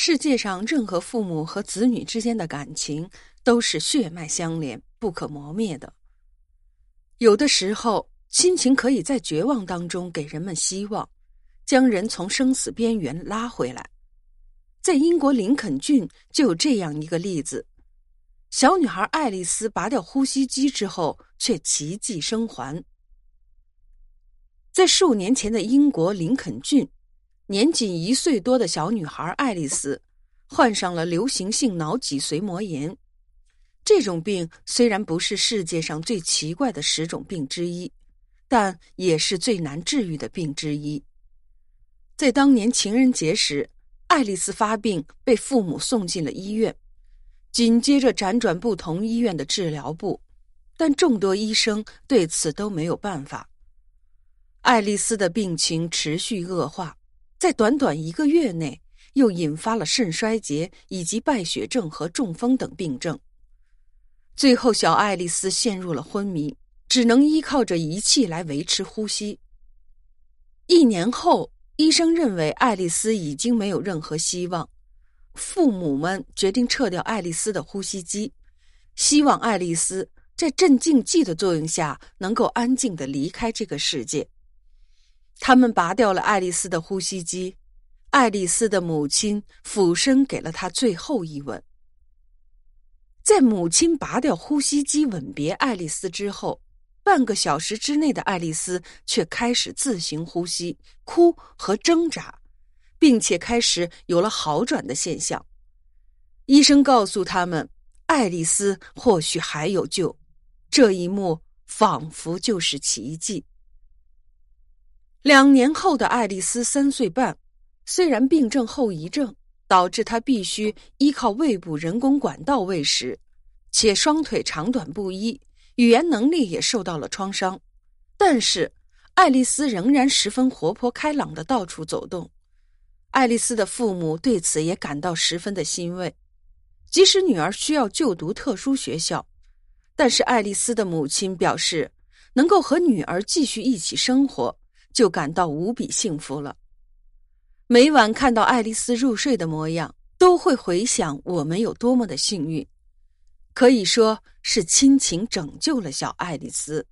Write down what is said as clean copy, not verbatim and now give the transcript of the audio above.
世界上任何父母和子女之间的感情都是血脉相连、不可磨灭的。有的时候，亲情可以在绝望当中给人们希望，将人从生死边缘拉回来。在英国林肯郡就有这样一个例子，小女孩爱丽丝拔掉呼吸机之后，却奇迹生还。在数年前的英国林肯郡，年仅1岁多的小女孩爱丽丝患上了流行性脑脊髓膜炎。这种病虽然不是世界上最奇怪的10种病之一，但也是最难治愈的病之一。在当年情人节时，爱丽丝发病，被父母送进了医院，紧接着辗转不同医院的治疗部，但众多医生对此都没有办法。爱丽丝的病情持续恶化，在短短1个月内又引发了肾衰竭以及败血症和中风等病症。最后小爱丽丝陷入了昏迷，只能依靠着仪器来维持呼吸。1年后，医生认为爱丽丝已经没有任何希望，父母们决定撤掉爱丽丝的呼吸机，希望爱丽丝在镇静剂的作用下能够安静地离开这个世界。他们拔掉了爱丽丝的呼吸机，爱丽丝的母亲俯身给了她最后一吻。在母亲拔掉呼吸机吻别爱丽丝之后，半个小时之内的爱丽丝却开始自行呼吸、哭和挣扎，并且开始有了好转的现象。医生告诉他们，爱丽丝或许还有救。这一幕仿佛就是奇迹。2年后的爱丽丝3岁半，虽然病症后遗症导致她必须依靠胃部人工管道喂食，且双腿长短不一，语言能力也受到了创伤，但是爱丽丝仍然十分活泼开朗地到处走动。爱丽丝的父母对此也感到十分的欣慰，即使女儿需要就读特殊学校，但是爱丽丝的母亲表示，能够和女儿继续一起生活，就感到无比幸福了。每晚看到爱丽丝入睡的模样，都会回想我们有多么的幸运。可以说是亲情拯救了小爱丽丝。